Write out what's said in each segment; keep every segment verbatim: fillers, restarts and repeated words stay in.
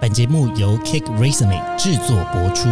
本节目由 Cake Resume 制作播出。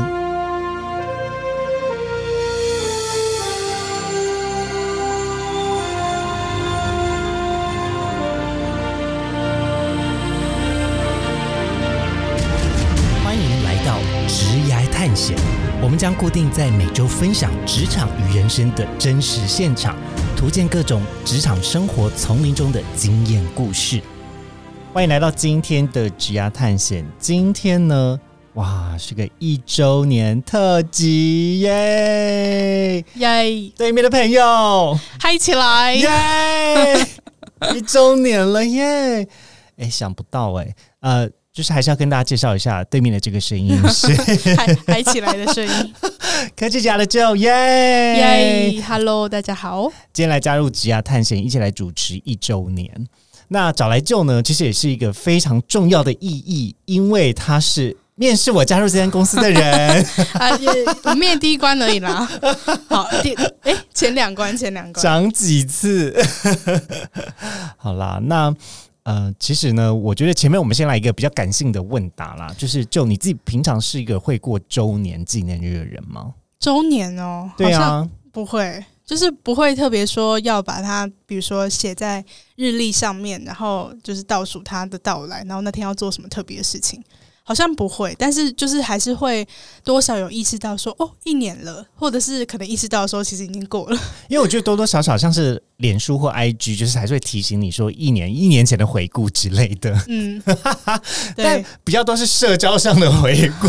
欢迎来到职涯探险，我们将固定在每周分享职场与人生的真实现场，图鉴各种职场生活丛林中的经验故事。欢迎来到今天的职涯探险。今天呢，哇，是个一周年特辑耶！ 耶！ 对面的朋友， 嗨起来！ 耶！一周年了耶！哎，想不到哎，呃，就是还是要跟大家介绍一下，对面的这个声音是嗨嗨起来的声音。 科技家的 Joe， 耶耶 ！Hello， 大家好， 今天来加入职涯探险，一起来主持一周年。那找来就呢，其实也是一个非常重要的意义，因为他是面试我加入这间公司的人啊，也面第一关而已啦。好，第哎前两关，前两关涨几次？好啦，那呃，其实呢，我觉得前面我们先来一个比较感性的问答啦，就是就你自己平常是一个会过周年纪念日的人吗？ 周年哦， 对啊， 好像不会。就是不会特别说要把它比如说写在日历上面，然后就是倒数它的到来，然后那天要做什么特别的事情，好像不会。但是就是还是会多少有意识到说哦一年了，或者是可能意识到说其实已经过了。 因为我觉得多多少少像是脸书或 I G 就是还是会提醒你说一年一年前的回顾之类的。嗯，但比较多是社交上的回顾。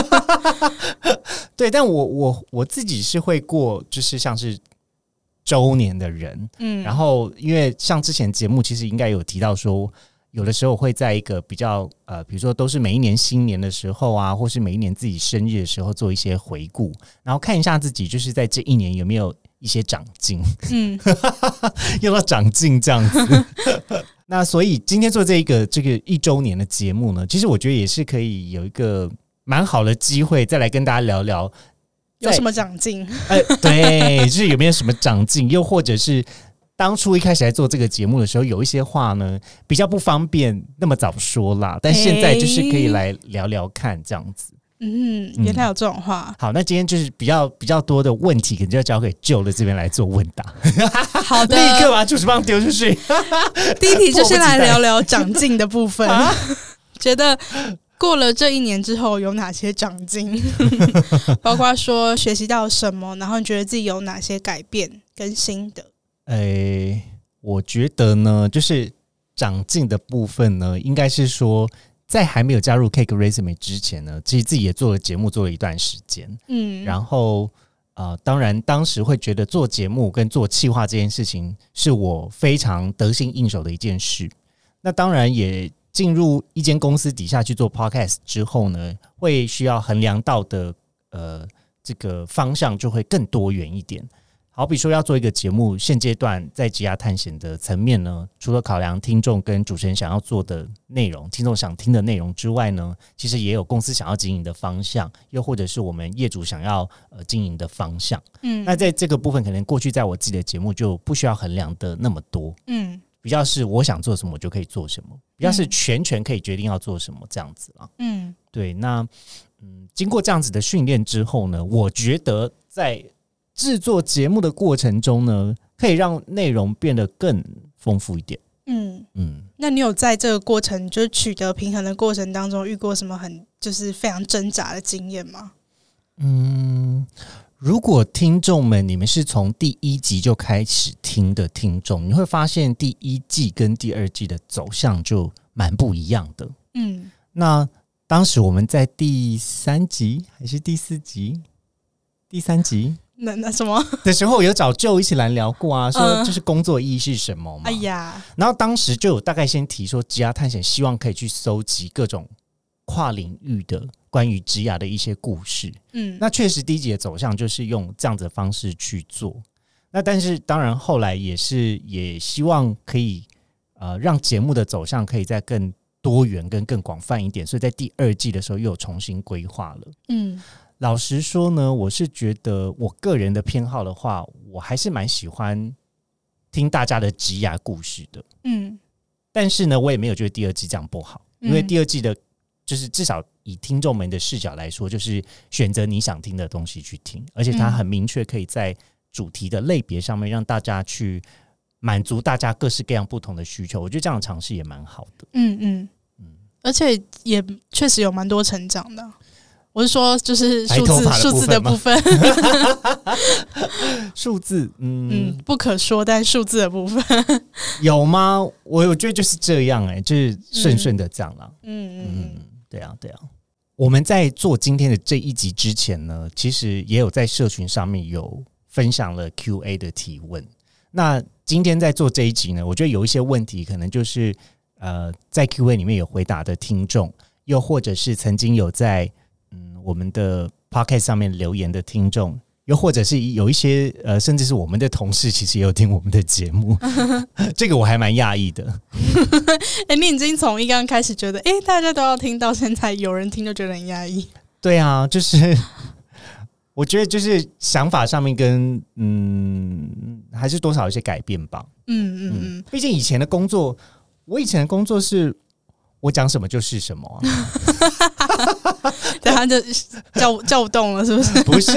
对，但我我我自己是会过就是像是周年的人，嗯，然后因为像之前节目其实应该有提到说，有的时候会在一个比较呃，比如说都是每一年新年的时候啊，或是每一年自己生日的时候做一些回顾，然后看一下自己就是在这一年有没有一些长进，嗯，用到长进这样子。那所以今天做这一个这个一周年的节目呢，其实我觉得也是可以有一个蛮好的机会，再来跟大家聊聊。 有什么长进？ 呃，对，就是有没有什么长进，又或者是当初一开始来做这个节目的时候，有一些话呢比较不方便那么早说啦，但现在就是可以来聊聊看这样子。 嗯，原来有这种话。 嗯、好，那今天就是比较比较多的问题，可能就要交给Joe的这边来做问答。 好的， 立刻把主持棒丢出去。 第一题就先来聊聊长进的部分，啊、觉得。过了这一年之后有哪些长进？包括说学习到什么，然后你觉得自己有哪些改变跟心得？ 欸，我觉得呢，就是长进的部分呢，应该是说在还没有加入 Cake Resume 之前呢，其实自己也做了节目做了一段时间，嗯，然后呃，当然当时会觉得做节目跟做企划这件事情是我非常得心应手的一件事。那当然也进入一间公司底下去做 podcast 之后呢，会需要衡量到的呃这个方向就会更多元一点。好比说要做一个节目，现阶段在职涯探险的层面呢，除了考量听众跟主持人想要做的内容，听众想听的内容之外呢，其实也有公司想要经营的方向，又或者是我们业主想要呃经营的方向。嗯，那在这个部分，可能过去在我自己的节目就不需要衡量的那么多。嗯。比较是我想做什么我就可以做什么，比较是全权可以决定要做什么这样子啦。嗯，对。那嗯，经过这样子的训练之后呢，我觉得在制作节目的过程中呢，可以让内容变得更丰富一点。嗯嗯，那你有在这个过程就是取得平衡的过程当中遇过什么很就是非常挣扎的经验吗？ 嗯。如果听众们你们是从第一集就开始听的听众，你会发现第一季跟第二季的走向就蛮不一样的。嗯，那当时我们在第三集还是第四集？第三集那那什么的时候有找Joe一起来聊过啊，说就是工作意义是什么嘛。哎呀，然后当时就有大概先提说职涯探险希望可以去搜集各种跨领域的关于职涯的一些故事，嗯，那确实第一集的走向就是用这样子的方式去做。那但是当然后来也是也希望可以呃让节目的走向可以再更多元跟更广泛一点，所以在第二季的时候又有重新规划了。嗯，老实说呢，我是觉得我个人的偏好的话，我还是蛮喜欢听大家的职涯故事的。嗯，但是呢，我也没有觉得第二季这样不好，因为第二季的就是至少以听众们的视角来说，就是选择你想听的东西去听，而且它很明确可以在主题的类别上面让大家去满足大家各式各样不同的需求。我觉得这样的尝试也蛮好的。 嗯嗯嗯，而且也确实有蛮多成长的。我是说，就是数字数字的部分， 数字，嗯嗯，不可说，但数字的部分有吗？我我觉得就是这样、欸，哎，就是顺顺的这样啦。 嗯嗯嗯， 对啊，对啊。我们在做今天的这一集之前呢，其实也有在社群上面有分享了 Q A 的提问。那今天在做这一集呢，我觉得有一些问题，可能就是呃，在 Q A 里面有回答的听众，又或者是曾经有在嗯，我们的 podcast 上面留言的听众，又或者是有一些呃，甚至是我们的同事，其实也有听我们的节目，这个我还蛮讶异的。 哎、欸，你已经从一刚开始觉得，哎、欸，大家都要听到现在有人听就觉得很讶异。 对啊，就是我觉得就是想法上面跟嗯，还是多少有些改变吧。 嗯嗯嗯， 毕竟以前的工作，我以前的工作是。我讲什么就是什么、啊， 对，他就叫叫不动了，是不是？ 不是，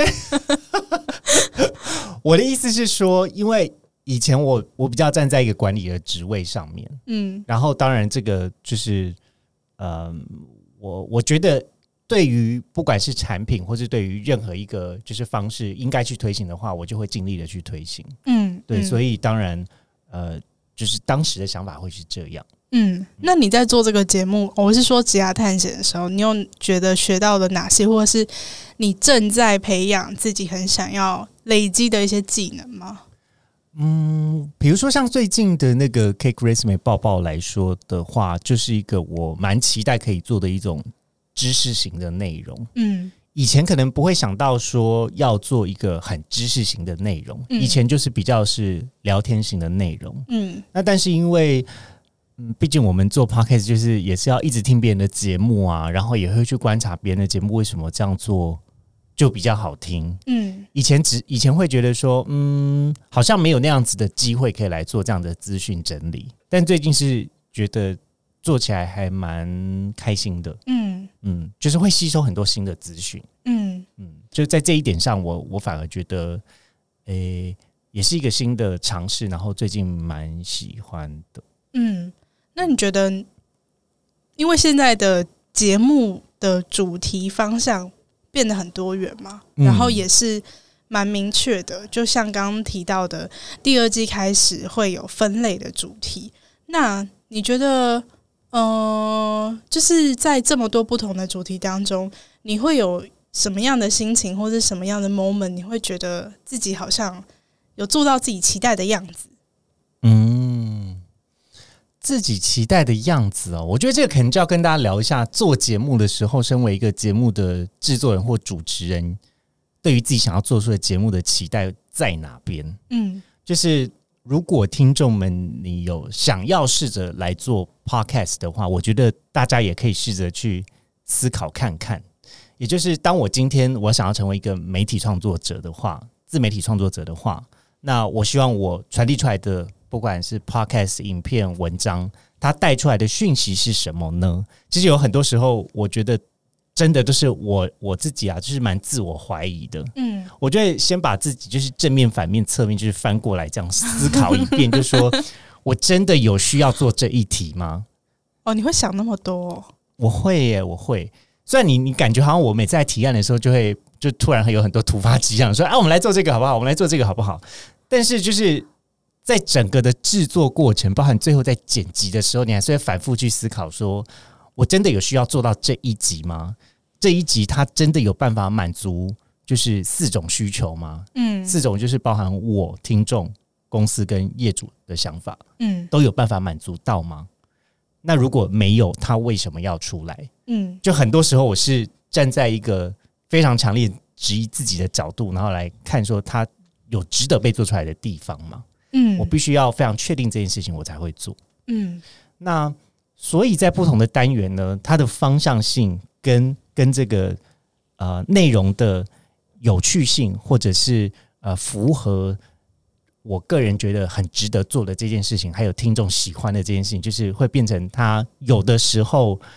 我的意思是说，因为以前我我比较站在一个管理的职位上面，嗯，然后当然这个就是，呃，我我觉得对于不管是产品或是对于任何一个就是方式应该去推行的话，我就会尽力的去推行，嗯，对，嗯、所以当然，呃，就是当时的想法会是这样。 嗯，那你在做这个节目，我是说职涯探险的时候，你有觉得学到了哪些，或者是你正在培养自己很想要累积的一些技能吗？ 嗯，比如说像最近的那个 Cake Resume 报报来说的话，就是一个我蛮期待可以做的一种知识型的内容。嗯，以前可能不会想到说要做一个很知识型的内容，嗯、以前就是比较是聊天型的内容。嗯，那但是因为嗯，毕竟我们做 podcast 就是也是要一直听别人的节目啊，然后也会去观察别人的节目为什么这样做就比较好听。嗯，以前只以前会觉得说，嗯，好像没有那样子的机会可以来做这样的资讯整理，但最近是觉得做起来还蛮开心的。嗯嗯，就是会吸收很多新的资讯。嗯嗯，就在这一点上我，我我反而觉得，诶，也是一个新的尝试，然后最近蛮喜欢的。嗯。 那你觉得，因为现在的节目的主题方向变得很多元嘛，嗯、然后也是蛮明确的，就像刚刚提到的，第二季开始会有分类的主题。那你觉得，呃，就是在这么多不同的主题当中，你会有什么样的心情，或是什么样的 moment， 你会觉得自己好像有做到自己期待的样子？ 嗯。自己期待的样子哦，我觉得这个可能就要跟大家聊一下，做节目的时候，身为一个节目的制作人或主持人，对于自己想要做出的节目的期待在哪边？嗯，就是如果听众们你有想要试着来做 podcast 的话，我觉得大家也可以试着去思考看看。也就是当我今天我想要成为一个媒体创作者的话，自媒体创作者的话，那我希望我传递出来的不管是 podcast 影片文章，它带出来的讯息是什么呢？其实有很多时候我觉得真的都是我我自己啊，就是蛮自我怀疑的。嗯，我觉得先把自己就是正面反面侧面就是翻过来这样思考一遍，就是说我真的有需要做这一题吗？ 哦，你会想那么多哦？ 我会耶，我会。虽然你你感觉好像我每次在提案的时候就会就突然会有很多突发奇想，说啊我们来做这个好不好？我们来做这个好不好？但是就是在整个的制作过程，包含最后在剪辑的时候，你还是会反复去思考说，我真的有需要做到这一集吗？这一集它真的有办法满足就是四种需求吗？嗯，四种就是包含我、听众、公司跟业主的想法，嗯，都有办法满足到吗？那如果没有，它为什么要出来？嗯，就很多时候我是站在一个非常强烈质疑自己的角度，然后来看说它有值得被做出来的地方吗？嗯，我必须要非常确定这件事情，我才会做。嗯，那所以在不同的单元呢，它的方向性跟跟这个呃内容的有趣性，或者是呃符合我个人觉得很值得做的这件事情，还有听众喜欢的这件事情，就是会变成它有的时候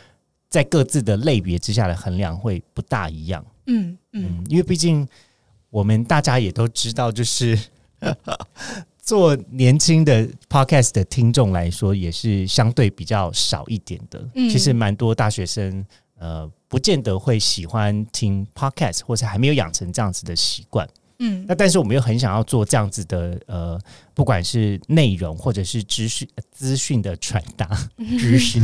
在各自的类别之下的衡量会不大一样。嗯 嗯, 嗯，因为毕竟我们大家也都知道，就是做年轻的 podcast 的听众来说，也是相对比较少一点的。嗯、其实蛮多大学生呃，不见得会喜欢听 podcast， 或者还没有养成这样子的习惯。嗯，那但是我们又很想要做这样子的呃，不管是内容或者是资讯资讯的传达，资讯。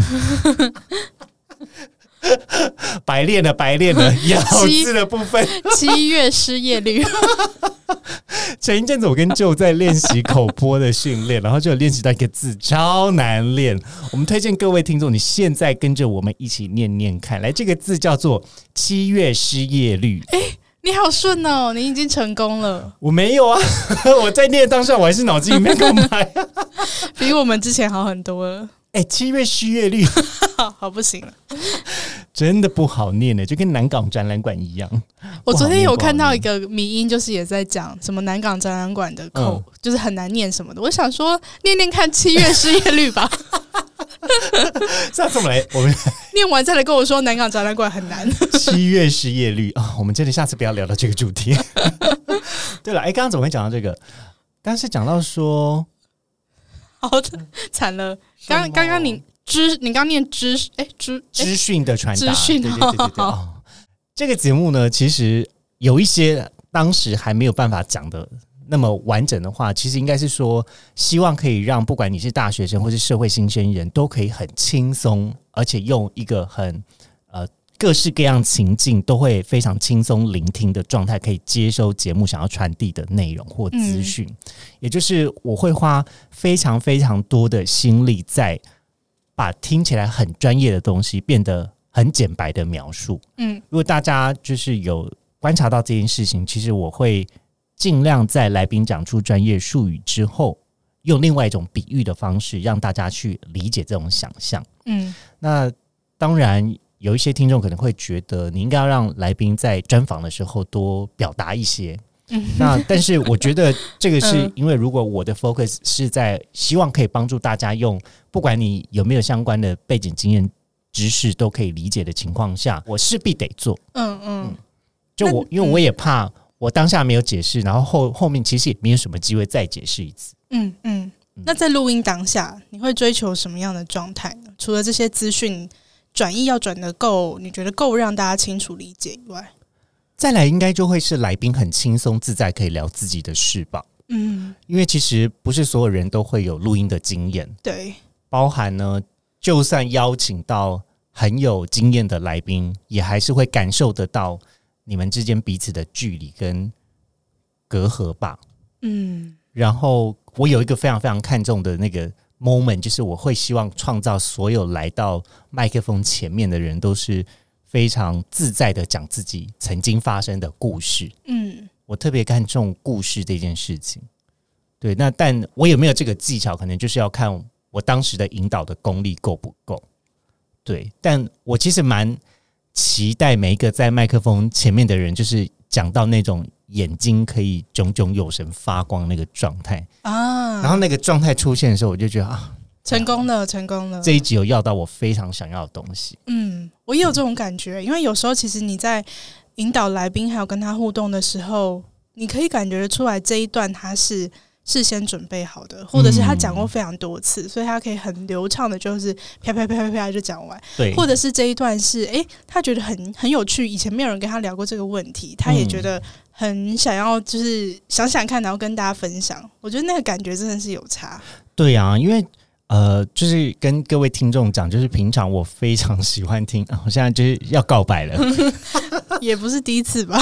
白练了，白练了，咬字的部分。 七月失业率。 前一阵子我跟舅在练习口播的训练，然后就有练习到一个字超难练。我们推荐各位听众，你现在跟着我们一起念念看。来，这个字叫做七月失业率。 哎、欸，你好顺哦，你已经成功了。 我没有啊，我在念当下我还是脑筋里面干嘛呀？ 比我们之前好很多了。 哎、欸，七月失业率好不行了， 真的不好念的，就跟南港展览馆一样。 我昨天有看到一个迷因，就是也在讲什么南港展览馆的口、嗯、就是很难念什么的。我想说念念看七月失业率吧。 下次我们来，我们念完再来跟我说南港展览馆很难。 七月失业率啊、哦，我们真的下次不要聊到这个主题。对了，哎，刚刚怎么会讲到这个？刚刚是讲到说。 好的，惨了！刚刚刚你知，你刚念知，哎知资讯的传达， 资讯， 对对对对对、哦。这个节目呢，其实有一些当时还没有办法讲的那么完整的话，其实应该是说，希望可以让不管你是大学生或是社会新鲜人，都可以很轻松，而且用一个很呃各式各样情境都会非常轻松聆听的状态，可以接收节目想要传递的内容或资讯、嗯。也就是我会花非常非常多的心力在把听起来很专业的东西变得很简白的描述。嗯，如果大家就是有观察到这件事情，其实我会尽量在来宾讲出专业术语之后，用另外一种比喻的方式让大家去理解这种想象。嗯，那当然有一些听众可能会觉得你应该要让来宾在专访的时候多表达一些。那但是我觉得这个是因为如果我的 focus 是在希望可以帮助大家用不管你有没有相关的背景经验知识都可以理解的情况下，我势必得做。嗯嗯，就我因为我也怕我当下没有解释，然后 后, 后面其实也没有什么机会再解释一次。 嗯嗯，那在录音当下你会追求什么样的状态呢？除了这些资讯转译要转得够，你觉得够让大家清楚理解以外， 再来应该就会是来宾很轻松自在可以聊自己的事吧。嗯，因为其实不是所有人都会有录音的经验。 对， 包含呢就算邀请到很有经验的来宾，也还是会感受得到你们之间彼此的距离跟隔阂吧。嗯，然后我有一个非常非常看重的那个 moment， 就是我会希望创造所有来到麦克风前面的人都是非常自在的讲自己曾经发生的故事。嗯，我特别看重故事这件事情。对，那但我有没有这个技巧，可能就是要看我当时的引导的功力够不够。对，但我其实蛮期待每一个在麦克风前面的人，就是讲到那种眼睛可以炯炯有神发光那个状态啊，然后那个状态出现的时候，我就觉得啊， 成功了，成功了！ 这一集有要到我非常想要的东西。 嗯，我也有这种感觉，因为有时候其实你在引导来宾还有跟他互动的时候，你可以感觉得出来这一段他是事先准备好的，或者是他讲过非常多次、嗯、所以他可以很流畅的就是啪啪啪啪啪就讲完。对，或者是这一段是诶他觉得很很有趣，以前没有人跟他聊过这个问题，他也觉得很想要就是想想看，然后跟大家分享。我觉得那个感觉真的是有差。 对啊，因为呃，就是跟各位听众讲，就是平常我非常喜欢听，我现在就是要告白了， 也不是第一次吧。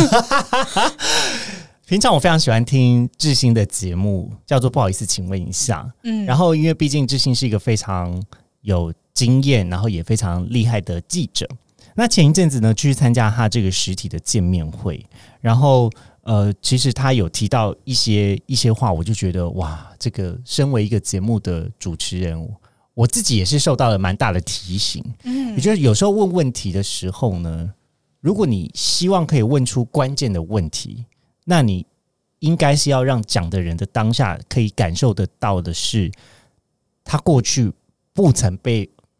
平常我非常喜欢听志兴的节目，叫做不好意思请问一下。嗯，然后因为毕竟志兴是一个非常有经验，然后也非常厉害的记者。那前一阵子呢，去参加他这个实体的见面会，然后呃，其实他有提到一些一些话，我就觉得哇，这个身为一个节目的主持人，我自己也是受到了蛮大的提醒。嗯，也就是有时候问问题的时候呢，如果你希望可以问出关键的问题，那你应该是要让讲的人的当下可以感受得到的是，他过去不曾被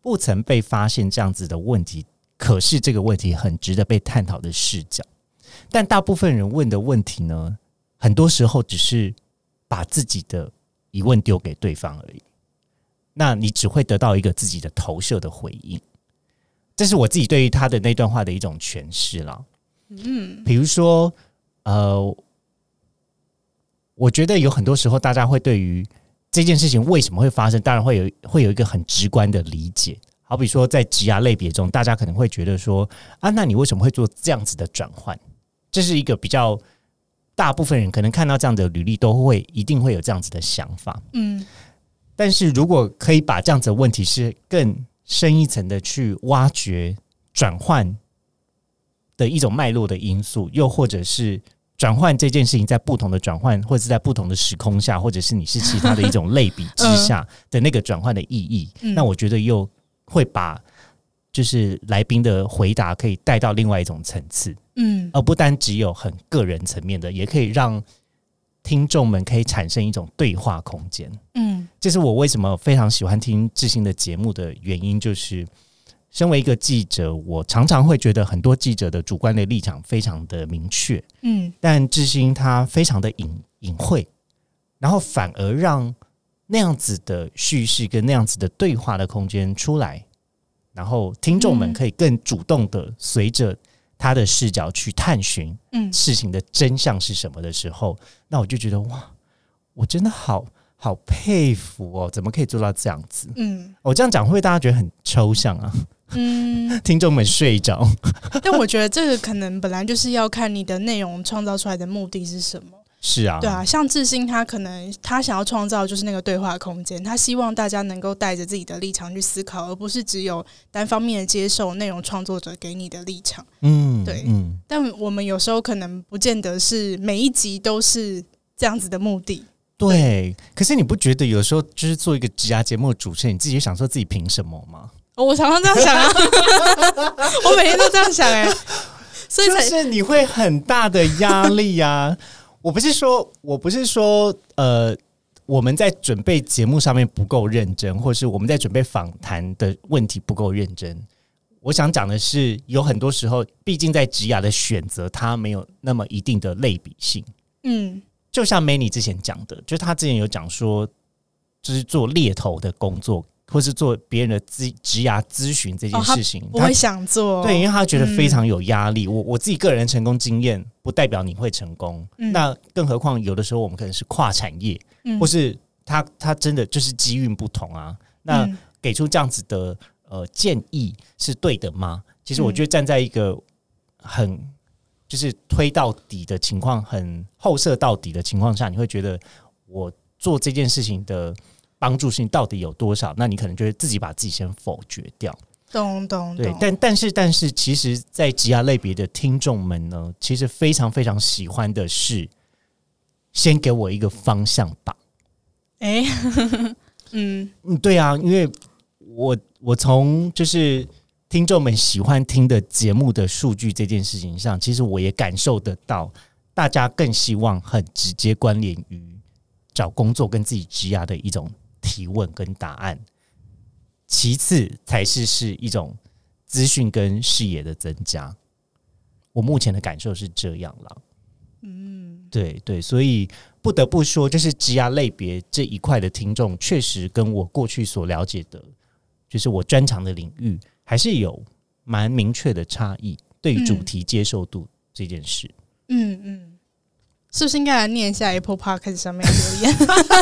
不曾被发现这样子的问题，可是这个问题很值得被探讨的视角。但大部分人问的问题呢，很多时候只是把自己的疑问丢给对方而已，那你只会得到一个自己的投射的回应。这是我自己对于他的那段话的一种诠释啦。嗯，比如说，呃，我觉得有很多时候大家会对于这件事情为什么会发生，当然会有会有一个很直观的理解。好比说，在职涯类别中，大家可能会觉得说，啊，那你为什么会做这样子的转换？这是一个比较大部分人可能看到这样的履历都会一定会有这样子的想法。嗯，但是如果可以把这样子的问题是更深一层的去挖掘转换的一种脉络的因素，又或者是转换这件事情在不同的转换，或者是在不同的时空下，或者是你是其他的一种类比之下的那个转换的意义、嗯、那我觉得又会把就是来宾的回答可以带到另外一种层次，嗯，而不单只有很个人层面的，也可以让听众们可以产生一种对话空间。嗯，这是我为什么非常喜欢听智兴的节目的原因，就是身为一个记者，我常常会觉得很多记者的主观的立场非常的明确，嗯，但智兴他非常的隐隐晦，然后反而让那样子的叙事跟那样子的对话的空间出来，然后听众们可以更主动的随着他的视角去探寻事情的真相是什么的时候、嗯、那我就觉得哇，我真的好好佩服哦，怎么可以做到这样子？嗯，我这样讲会不会大家觉得很抽象啊？嗯，听众们睡着。 但我觉得这个可能本来就是要看你的内容创造出来的目的是什么。 是啊， 对啊，像智兴他可能他想要创造就是那个对话空间，他希望大家能够带着自己的立场去思考，而不是只有单方面的接受内容创作者给你的立场。嗯，对，嗯，但我们有时候可能不见得是每一集都是这样子的目的。 对，对，可是你不觉得有时候就是做一个职涯节目的主持人，你自己想说自己凭什么吗？ 哦、我常常这样想啊，我每天都这样想哎、欸， 所以就是你会很大的压力啊。我不是说，我不是说，呃，我们在准备节目上面不够认真，或是我们在准备访谈的问题不够认真。我想讲的是，有很多时候，毕竟在职涯的选择，它没有那么一定的类比性。嗯，就像 Manny 之前讲的，就是他之前有讲说，就是做猎头的工作，或是做别人的职涯咨询这件事情、哦、 他不会想做， 对，因为他觉得非常有压力、嗯、我, 我自己个人成功经验不代表你会成功、嗯、那更何况有的时候我们可能是跨产业、嗯、或是 他, 他真的就是机运不同啊，那给出这样子的、呃、建议是对的吗？其实我觉得站在一个很就是推到底的情况，很后设到底的情况下，你会觉得我做这件事情的帮助性到底有多少？那你可能就会自己把自己先否决掉。 懂懂懂。 对，但但是但是，其实，在职涯类别的听众们呢，其实非常非常喜欢的是，先给我一个方向吧。哎、欸，嗯嗯，对啊，因为我我从就是听众们喜欢听的节目的数据这件事情上，其实我也感受得到，大家更希望很直接关联于找工作跟自己职涯的一种提问跟答案，其次才是是一种资讯跟视野的增加。我目前的感受是这样啦。嗯，对对，所以不得不说，就是职涯类别这一块的听众，确实跟我过去所了解的，就是我专长的领域，还是有蛮明确的差异。对于主题接受度这件事，嗯嗯。 是不是应该来念一下 Apple Podcast 上面的留言？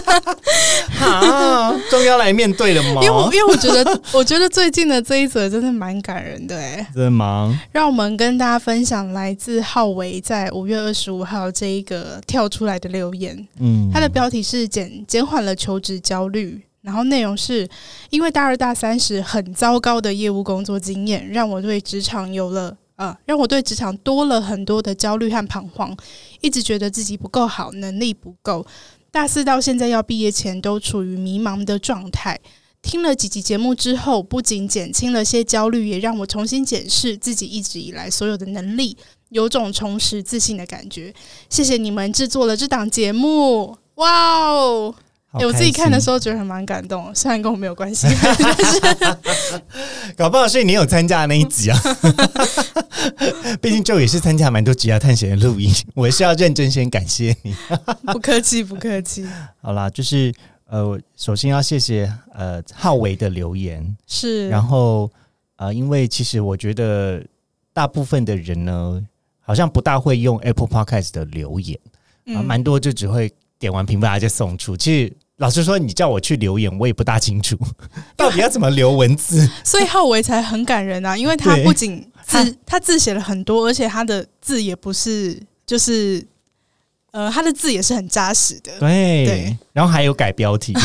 哈，终于要来面对了吗？ 因为我因为我觉得，我觉得最近的这一则真的蛮感人的哎、欸， 真的吗？ 让我们跟大家分享来自浩维在五月二十五号这一个跳出来的留言。嗯，它的标题是减减缓了求职焦虑，然后内容是因为大二大三时很糟糕的业务工作经验，让我对职场有了。呃，让我对职场多了很多的焦虑和彷徨，一直觉得自己不够好，能力不够。大四到现在要毕业前都处于迷茫的状态。听了几集节目之后，不仅减轻了些焦虑，也让我重新检视自己一直以来所有的能力，有种重拾自信的感觉。谢谢你们制作了这档节目，哇哦！ 欸、我自己看的时候觉得很蛮感动，虽然跟我没有关系，但是搞不好是你有参加的那一集啊。毕竟就也是参加蛮多职涯探险的录音，我也是要认真先感谢你。 不客气，不客气。 好啦，就是呃，首先要谢谢呃浩维的留言， 是， 然后呃，因为其实我觉得大部分的人呢，好像不大会用 Apple Podcast 的留言，啊，蛮多就只会点完评分就送出。其实老实说，你叫我去留言，我也不大清楚到底要怎么留文字。 所以浩维才很感人啊，因为他不仅字他字写了很多，而且他的字也不是就是呃，他的字也是很扎实的。 对， 对， 然后还有改标题。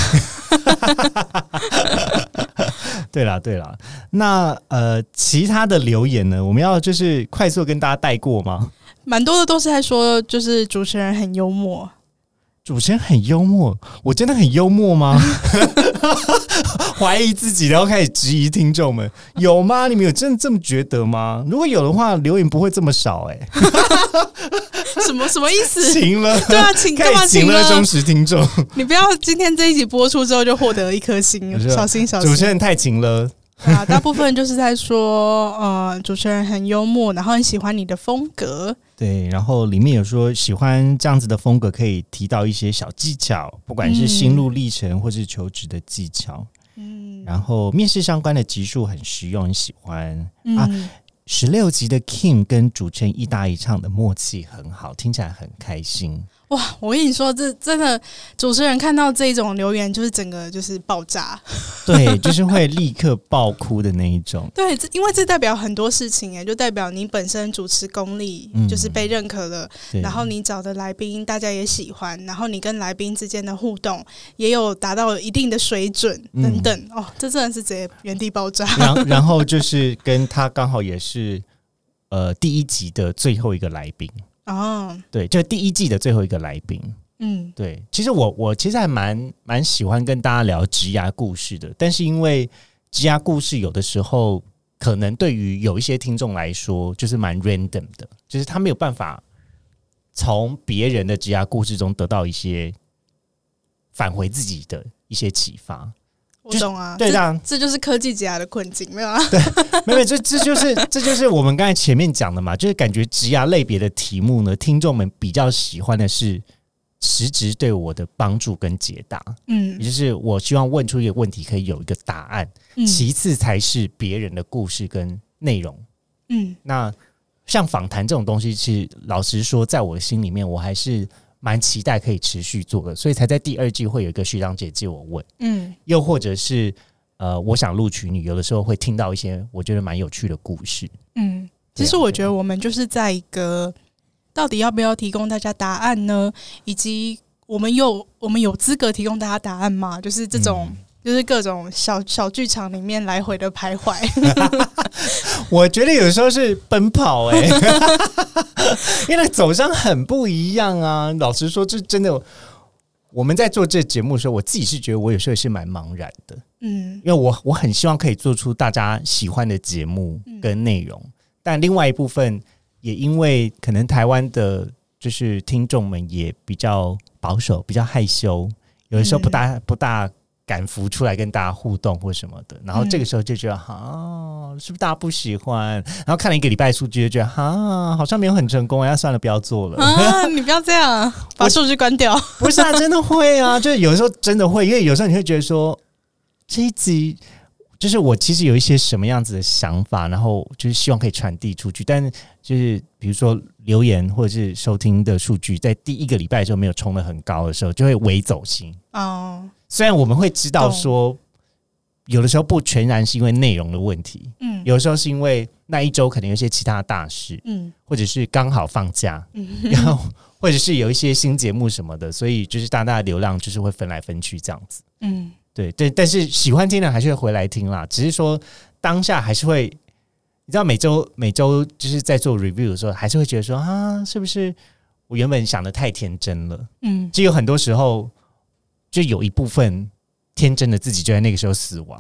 对啦，对啦，那呃，其他的留言呢，我们要就是快速跟大家带过吗？ 蛮多的都是在说，就是主持人很幽默。 主持人很幽默，我真的很幽默吗？怀疑自己，然后开始质疑听众们，有吗？你们有真的这么觉得吗？如果有的话，留言不会这么少哎、欸。 什么什么意思？ 请了， 对啊，请干嘛请了？ 忠实听众， 你不要今天这一集播出之后就获得一颗星，小心小心！ 主持人太勤了。 啊，大部分就是在说，呃，主持人很幽默，然后很喜欢你的风格。 对，然后里面有说喜欢这样子的风格，可以提到一些小技巧，不管是心路历程或是求职的技巧。嗯，然后面试相关的集数很实用，很喜欢、嗯、啊。十六集的 Kim 跟主持人一搭一唱的默契很好，听起来很开心。 哇，我跟你说，这真的主持人看到这种留言，就是整个就是爆炸， 对，就是会立刻爆哭的那一种。 对，因为这代表很多事情，哎，就代表你本身主持功力就是被认可了、嗯，然后你找的来宾大家也喜欢，然后你跟来宾之间的互动也有达到一定的水准等等、嗯、哦，这真的是直接原地爆炸。 然后，然后就是跟他刚好也是呃第一集的最后一个来宾。哦，对，就第一季的最后一个来宾，嗯，对，其实我我其实还蛮蛮喜欢跟大家聊职涯故事的，但是因为职涯故事有的时候可能对于有一些听众来说就是蛮 random 的，就是他没有办法从别人的职涯故事中得到一些返回自己的一些启发。 我懂啊， 对，这样这就是科技职涯的困境，没有啊？ 对，没有，这这就是这就是我们刚才前面讲的嘛，就是感觉职涯类别的题目呢，听众们比较喜欢的是实质对我的帮助跟解答，嗯，也就是我希望问出一个问题可以有一个答案，嗯、其次才是别人的故事跟内容，嗯，那像访谈这种东西，其实老实说，在我的心里面，我还是蛮期待可以持续做的，所以才在第二季会有一个学长姐借我问，嗯，又或者是呃，我想录取你，有的时候会听到一些我觉得蛮有趣的故事， 嗯，其实我觉得我们就是在一个到底要不要提供大家答案呢，以及我们有我们有资格提供大家答案吗？就是这种。嗯，就是各种小小剧场里面来回的徘徊。 我觉得有时候是奔跑哎、欸，因为走向很不一样啊。老实说，这真的，我们在做这节目的时候，我自己是觉得我有时候是蛮茫然的。嗯，因为我我很希望可以做出大家喜欢的节目跟内容、嗯，但另外一部分也因为可能台湾的就是听众们也比较保守，比较害羞，有的时候不大、嗯、不大。敢浮出来跟大家互动或什么的，然后这个时候就觉得哈、嗯啊，是不是大家不喜欢？然后看了一个礼拜数据，就觉得哈、啊，好像没有很成功，要算了，不要做了。 啊，你不要这样，把数据关掉。 不是啊，真的会啊，就是有时候真的会，因为有时候你会觉得说这一集就是我其实有一些什么样子的想法，然后就是希望可以传递出去，但是就是比如说留言或者是收听的数据，在第一个礼拜的时候没有冲得很高的时候，就会微走心哦。虽然我们会知道说有的时候不全然是因为内容的问题，嗯，有的时候是因为那一周可能有一些其他的大事，嗯，或者是刚好放假，嗯，然后或者是有一些新节目什么的，所以就是大家的流量就是会分来分去这样子，嗯，对对，但是喜欢听的还是会回来听啦，只是说当下还是会，你知道每周每周就是在做 review 的时候，还是会觉得说啊，是不是我原本想的太天真了，嗯，其实有很多时候就有一部分天真的自己就在那个时候死亡。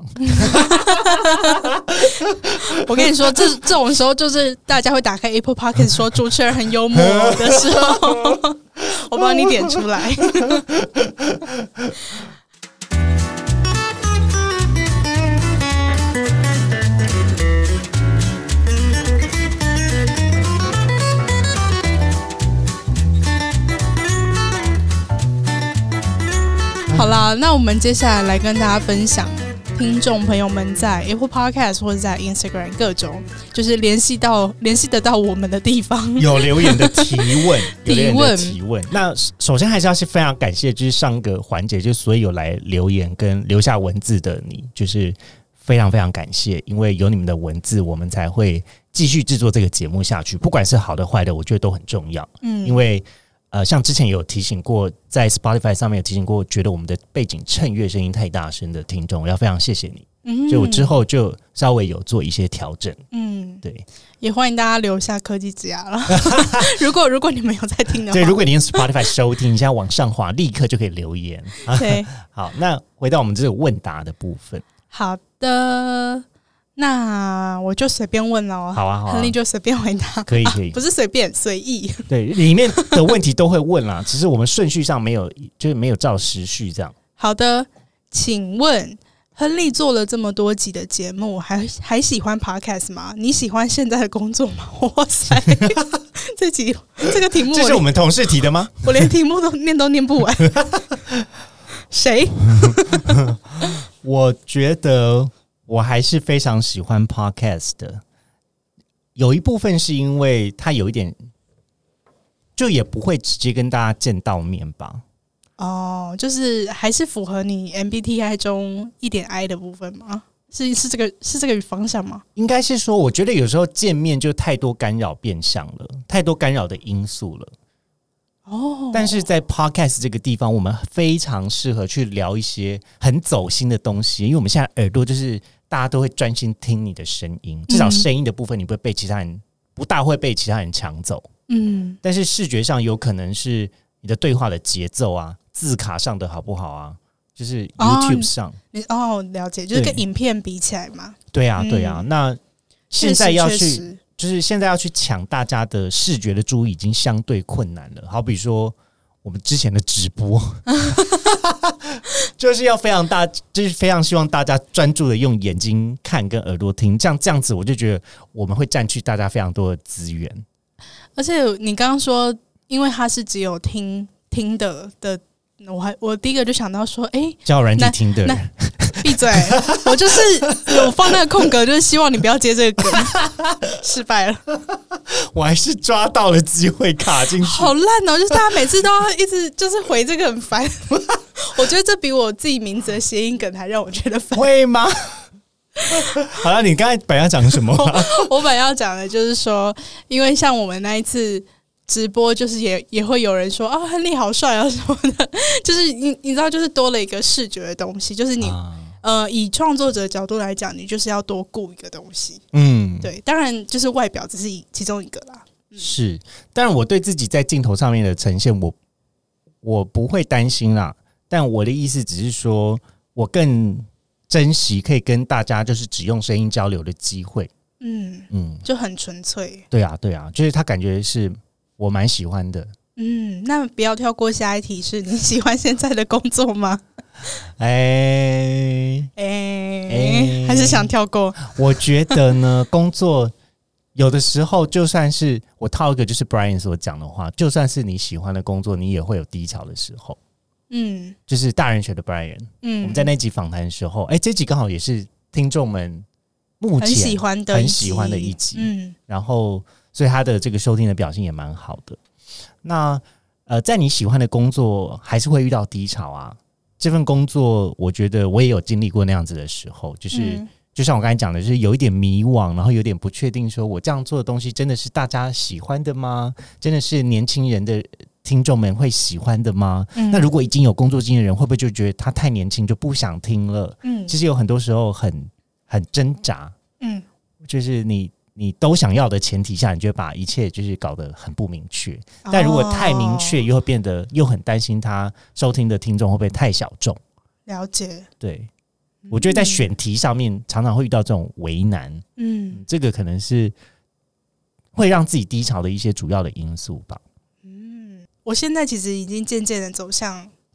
我跟你说，这这种时候就是大家会打开 Apple Podcast 说主持人很幽默的时候，我帮你点出来。 那我们接下来来跟大家分享听众朋友们在 Apple Podcast 或者在 Instagram 各种就是联系到联系得到我们的地方有留言的提问有留言的提提问。那首先还是要是非常感谢就是上个环节就是所有有来留言跟留下文字的你，就是非常非常感谢，因为有你们的文字我们才会继续制作这个节目下去，不管是好的坏的我觉得都很重要。嗯，因为呃，像之前有提醒过，在 Spotify 上面有提醒过，觉得我们的背景衬乐声音太大声的听众，要非常谢谢你。嗯，所以我之后就稍微有做一些调整。嗯，对， 也欢迎大家留下科技之牙了。如果如果你们有在听的话， 对，如果你用 Spotify 收听，你现在往上滑，立刻就可以留言。 对， 好，那回到我们这个问答的部分。 好的。那我就随便问了。 好啊，好啊， 亨利就随便回答。 可以，可以， 不是随便，随意。 对，里面的问题都会问啦，只是我们顺序上没有，就是没有照时序这样。 好的，请问亨利做了这么多集的节目，还还喜欢 Podcast 吗？你喜欢现在的工作吗？哇塞，这集这个题目， 这是我们同事提的吗？ 我连题目都念都念不完。谁？ 我觉得。我还是非常喜欢 podcast 的，有一部分是因为它有一点，就也不会直接跟大家见到面吧。 哦，就是还是符合你 M B T I 中一点 I 的部分吗？是是这个是这个方向吗？ 应该是说，我觉得有时候见面就太多干扰变相了，太多干扰的因素了。哦，但是在 podcast 这个地方，我们非常适合去聊一些很走心的东西，因为我们现在耳朵就是大家都会专心听你的声音，至少声音的部分你不会被其他人不大会被其他人抢走。嗯，但是视觉上有可能是你的对话的节奏啊，字卡上的好不好啊，就是 YouTube 上。哦， 你哦，了解，就是跟影片比起来嘛。 对啊，对啊。嗯，那现在要去。就是现在要去抢大家的视觉的注意已经相对困难了，好比说我们之前的直播就是要非常大，就是非常希望大家专注的用眼睛看跟耳朵听，这样这样子我就觉得我们会占据大家非常多的资源。 而且你刚刚说因为它是只有听听的的，我还我第一个就想到说哎， 交友软体听的人闭嘴！我就是有放那个空格，就是希望你不要接这个梗，失败了。 我还是抓到了机会卡进去， 好烂哦！就是大家每次都要一直就是回这个很烦。我觉得这比我自己名字的谐音梗还让我觉得烦。 会吗？好了，你刚才本来要讲什么？ 我本来要讲的就是说，因为像我们那一次。直播就是也也会有人说啊，亨利好帅啊什么的，就是你你知道，就是多了一个视觉的东西，就是你、啊、呃以创作者的角度来讲，你就是要多顾一个东西，嗯，对，当然就是外表只是其中一个啦， 嗯、是，但我对自己在镜头上面的呈现，我我不会担心啦，但我的意思只是说我更珍惜可以跟大家就是只用声音交流的机会，嗯嗯，就很纯粹， 对啊对啊，就是他感觉是。我蛮喜欢的。 嗯，那不要跳过下一题，是你喜欢现在的工作吗？哎哎哎，还是想跳过？ 我觉得呢，工作有的时候就算是我套一个就是 Brian 所讲的话，就算是你喜欢的工作，你也会有低潮的时候。嗯，就是大人学的 Brian， 嗯，我们在那集访谈的时候，哎，这集刚好也是听众们目前很喜欢的很喜欢的一集，嗯，然后。所以他的这个收听的表现也蛮好的。那呃，在你喜欢的工作，还是会遇到低潮啊。这份工作，我觉得我也有经历过那样子的时候，就是、嗯、就像我刚才讲的，就是有一点迷惘，然后有点不确定，说我这样做的东西真的是大家喜欢的吗？真的是年轻人的听众们会喜欢的吗？嗯、那如果已经有工作经验的人，会不会就觉得他太年轻就不想听了？嗯，其实有很多时候很很挣扎。嗯，就是你。你都想要的前提下，你就会把一切就是搞得很不明确。但如果太明确，又会变得又很担心他收听的听众会不会太小众。 了解， 对，我觉得在选题上面常常会遇到这种为难。嗯，这个可能是会让自己低潮的一些主要的因素吧。 嗯，我现在其实已经渐渐的走向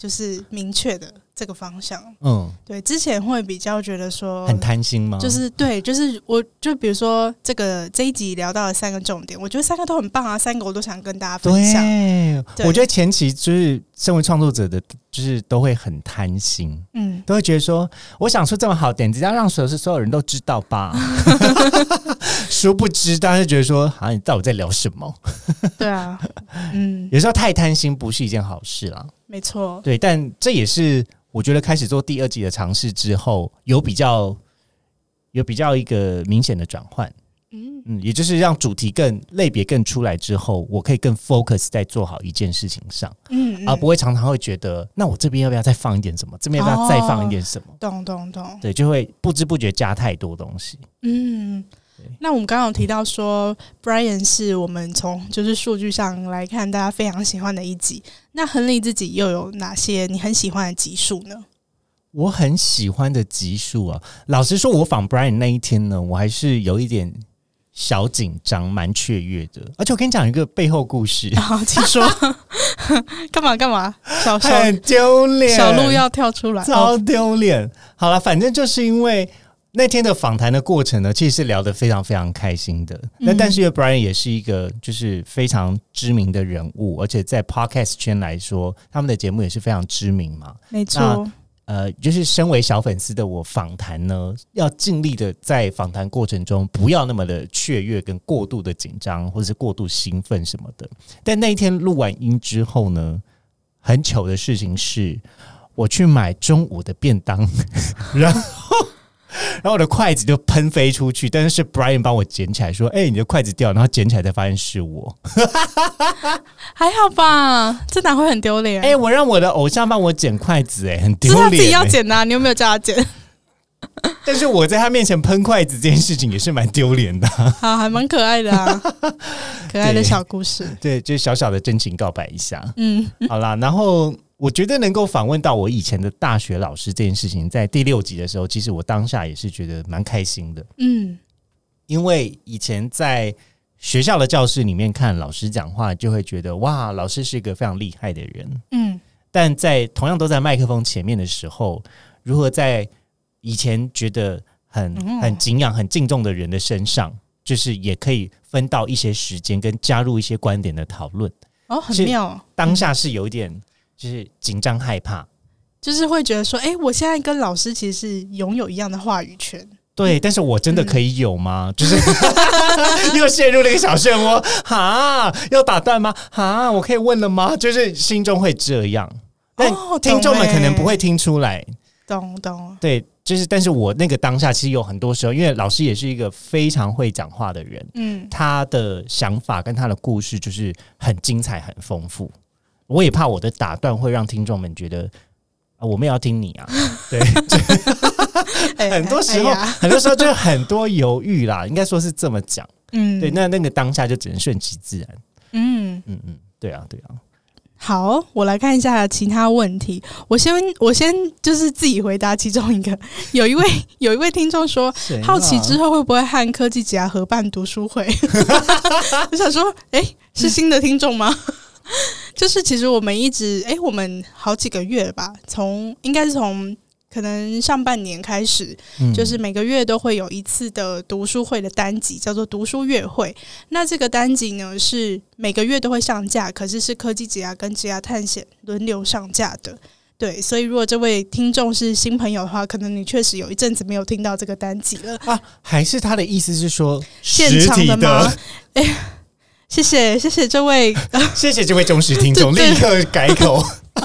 就是明确的这个方向。嗯，对，之前会比较觉得说很贪心吗？ 就是对，就是我就比如说这个这一集聊到了三个重点，我觉得三个都很棒啊，三个我都想跟大家分享。对， 对我觉得前期就是身为创作者的，就是都会很贪心，嗯，都会觉得说我想出这么好的点子，要让所有所有人都知道吧。殊不知，大家就觉得说，啊，你到底在聊什么？ 对啊，嗯， 有时候太贪心不是一件好事啦。 没错， 对，但这也是我觉得开始做第二季的尝试之后，有比较有比较一个明显的转换。嗯嗯，也就是让主题更类别更出来之后，我可以更 focus 在做好一件事情上，嗯，嗯而不会常常会觉得，那我这边要不要再放一点什么？这边要不要再放一点什么？哦、 懂懂懂， 对，就会不知不觉加太多东西。嗯。 那我们刚刚有提到说 Brian 是我们从就是数据上来看大家非常喜欢的一集，那亨利自己又有哪些你很喜欢的集数呢？ 我很喜欢的集数啊，老实说我访 Brian 那一天呢，我还是有一点小紧张，蛮雀跃的，而且我跟你讲一个背后故事。 好，请说。干嘛干嘛？小很丢脸， 小鹿要跳出来， 超丢脸。好了，反正就是因为那天的访谈的过程呢，其实是聊得非常非常开心的。那、嗯、但是因为 Brian 也是一个就是非常知名的人物，而且在 Podcast 圈来说，他们的节目也是非常知名嘛。 没错。 呃，就是身为小粉丝的我，访谈呢要尽力的在访谈过程中不要那么的雀跃跟过度的紧张，或者是过度兴奋什么的。但那一天录完音之后呢，很糗的事情是，我去买中午的便当，然后。然后我的筷子就喷飞出去，但是是 Brian 帮我捡起来说：“哎、欸，你的筷子掉。”然后捡起来才发现是我， 还好吧？这哪会很丢脸？ 哎、欸，我让我的偶像帮我捡筷子、欸，哎，很丢脸、欸。是他自己要捡的、啊，你有没有叫他捡？ 但是我在他面前喷筷子这件事情也是蛮丢脸的、啊。 好，还蛮可爱的啊，可爱的小故事。 对，对就小小的真情告白一下。嗯，好啦，然后。我觉得能够访问到我以前的大学老师这件事情，在第六集的时候，其实我当下也是觉得蛮开心的。嗯，因为以前在学校的教室里面看老师讲话，就会觉得哇，老师是一个非常厉害的人。嗯，但在同样都在麦克风前面的时候，如何在以前觉得很很敬仰、很敬重的人的身上，就是也可以分到一些时间，跟加入一些观点的讨论。 哦，很妙。 当下是有一点。就是紧张害怕， 就是会觉得说，哎、欸，我现在跟老师其实是拥有一样的话语权。 对，但是我真的可以有吗？嗯、就是又陷入了一个小漩涡，哈，要打断吗？哈，我可以问了吗？就是心中会这样，但听众们可能不会听出来。 懂懂。 对，就是但是我那个当下其实有很多时候，因为老师也是一个非常会讲话的人，嗯，他的想法跟他的故事就是很精彩、很丰富。我也怕我的打断会让听众们觉得、啊、我们也要听你啊，对，很多时候、哎、很多时候就很多犹豫啦，应该说是这么讲，嗯，对，那那个当下就只能顺其自然，嗯嗯嗯，对啊对啊。 好，我来看一下其他问题。我先我先就是自己回答其中一个。有一位有一位听众说，好奇之后会不会和科技甲合办读书会？我想说，哎、欸，是新的听众吗？就是其实我们一直哎、欸，我们好几个月吧，从应该是从可能上半年开始、嗯，就是每个月都会有一次的读书会的单集，叫做读书月会。那这个单集呢是每个月都会上架，可是是科技职涯跟职涯探险轮流上架的。对，所以如果这位听众是新朋友的话，可能你确实有一阵子没有听到这个单集了啊。还是他的意思是说现场的吗？哎、欸。谢谢谢谢这位谢谢这位忠实听众，立刻改口。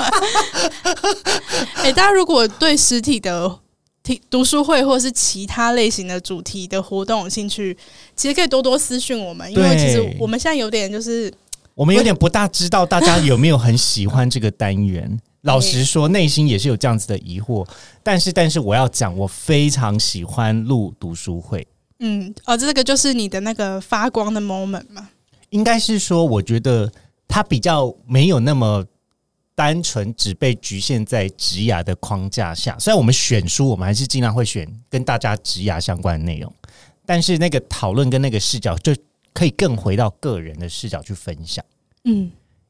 欸、大家如果对实体的读书会或是其他类型的主题的活动有兴趣，其实可以多多私讯我们，因为其实我们现在有点就是我们有点不大知道大家有没有很喜欢这个单元。老实说，内心也是有这样子的疑惑，但是但是我要讲，我非常喜欢录读书会。 嗯，哦，这个就是你的那个发光的 moment 嘛。 应该是说，我觉得它比较没有那么单纯，只被局限在职涯的框架下。虽然我们选书，我们还是尽量会选跟大家职涯相关的内容，但是那个讨论跟那个视角就可以更回到个人的视角去分享。嗯，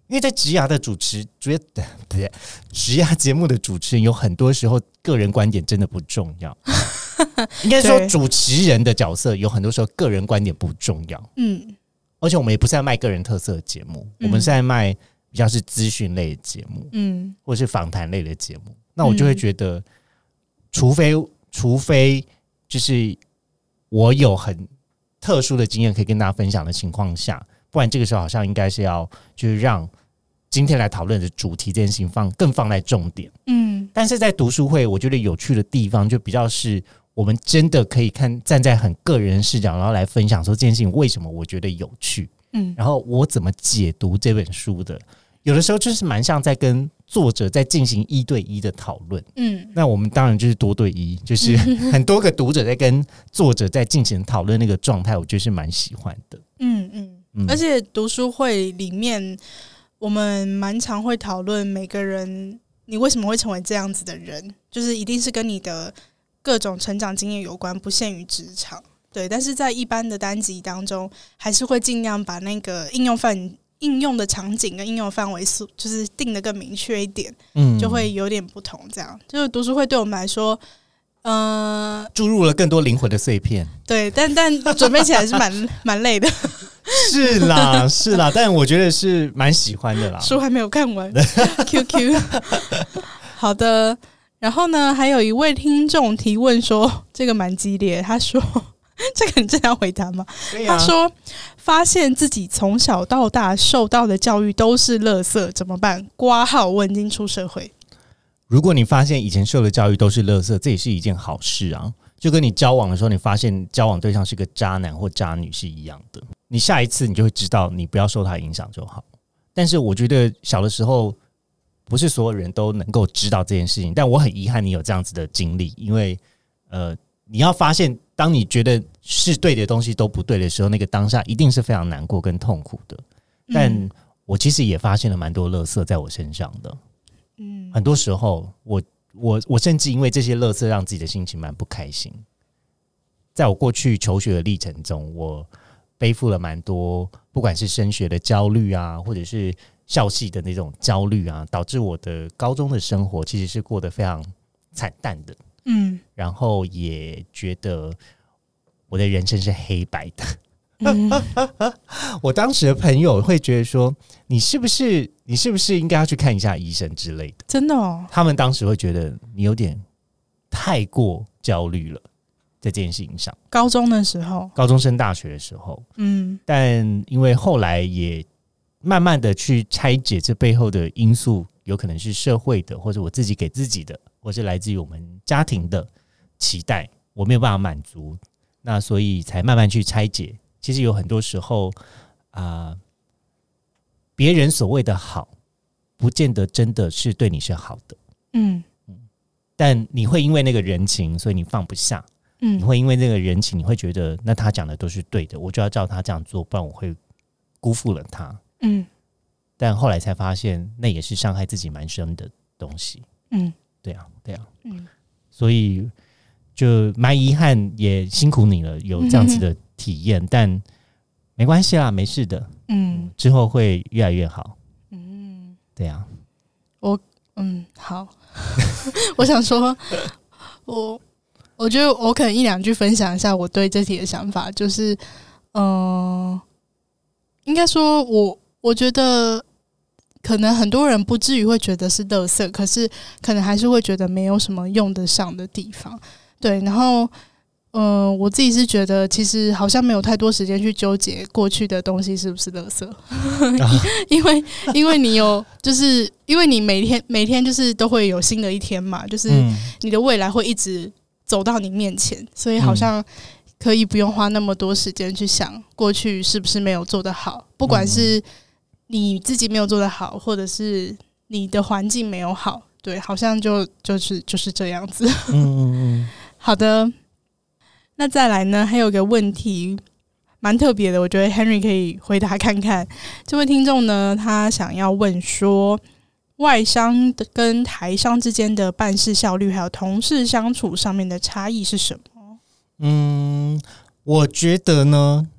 因为在职涯的主持，主不对，职涯节目的主持人有很多时候个人观点真的不重要。应该说主持人的角色有很多时候个人观点不重要。嗯，而且我们也不是在卖个人特色的节目，嗯、我们是在卖比较是资讯类的节目，嗯，或者是访谈类的节目。那我就会觉得，嗯、除非除非就是我有很特殊的经验可以跟大家分享的情况下，不然这个时候好像应该是要就是让今天来讨论的主题这件事情放更放在重点。嗯，但是在读书会，我觉得有趣的地方就比较是我们真的可以看站在很个人视角，然后来分享说这件事情为什么我觉得有趣，嗯，然后我怎么解读这本书的。有的时候就是蛮像在跟作者在进行一对一的讨论，嗯，那我们当然就是多对一，就是很多个读者在跟作者在进行讨论那个状态，我觉得是蛮喜欢的。嗯嗯，嗯而且读书会里面，我们蛮常会讨论每个人你为什么会成为这样子的人，就是一定是跟你的各种成长经验有关，不限于职场。对，但是在一般的单集当中，还是会尽量把那个应用范。应用的场景跟应用范围就是定得更明确一点，嗯，就会有点不同。这样就是读书会对我们来说，呃， 注入了更多灵魂的碎片。 对，但但准备起来是蛮蛮累的。 是啦，是啦，但我觉得是蛮喜欢的啦。 书还没有看完。Q Q。好的，然后呢，还有一位听众提问说，这个蛮激烈，他说。这个你真的要回答吗？啊、他说发现自己从小到大受到的教育都是垃圾，怎么办？括号我已经出社会。 如果你发现以前受的教育都是垃圾，这也是一件好事啊。就跟你交往的时候，你发现交往对象是个渣男或渣女是一样的。你下一次你就会知道，你不要受他影响就好。但是我觉得小的时候，不是所有人都能够知道这件事情。但我很遗憾你有这样子的经历，因为呃，你要发现。当你觉得是对的东西都不对的时候，那个当下一定是非常难过跟痛苦的。但我其实也发现了蛮多垃圾在我身上的。嗯，很多时候我我我甚至因为这些垃圾让自己的心情蛮不开心。在我过去求学的历程中，我背负了蛮多，不管是升学的焦虑啊，或者是校系的那种焦虑啊，导致我的高中的生活其实是过得非常惨淡的。嗯，然后也觉得我的人生是黑白的。嗯、我当时的朋友会觉得说，你是不是你是不是应该要去看一下医生之类的？ 真的哦， 他们当时会觉得你有点太过焦虑了，在这件事情上。 高中的时候， 高中升大学的时候，嗯，但因为后来也慢慢的去拆解这背后的因素，有可能是社会的，或者我自己给自己的。或是来自于我们家庭的期待，我没有办法满足，那所以才慢慢去拆解。其实有很多时候啊，别、呃、人所谓的好，不见得真的是对你是好的。嗯嗯，但你会因为那个人情，所以你放不下。嗯，你会因为那个人情，你会觉得那他讲的都是对的，我就要照他这样做，不然我会辜负了他。嗯，但后来才发现，那也是伤害自己蛮深的东西。嗯。对啊，对啊，嗯，所以就蛮遗憾，也辛苦你了，有这样子的体验，嗯、但没关系啦，没事的，嗯，之后会越来越好，嗯，对啊， 我嗯好，我想说，我我觉得我可能一两句分享一下我对这题的想法，就是嗯、呃，应该说我我觉得。可能很多人不至于会觉得是垃圾，可是可能还是会觉得没有什么用得上的地方。对，然后呃，我自己是觉得其实好像没有太多时间去纠结过去的东西是不是垃圾，因为因为你有就是因为你每天每天就是都会有新的一天嘛，就是你的未来会一直走到你面前，所以好像可以不用花那么多时间去想过去是不是没有做得好，不管是你自己没有做得好，或者是你的环境没有好，对，好像就就是就是这样子。嗯嗯嗯。好的，那再来呢，还有个问题蛮特别的，我觉得 Henry 可以回答看看。这位听众呢，他想要问说，外商跟台商之间的办事效率，还有同事相处上面的差异是什么？ 嗯，我觉得呢，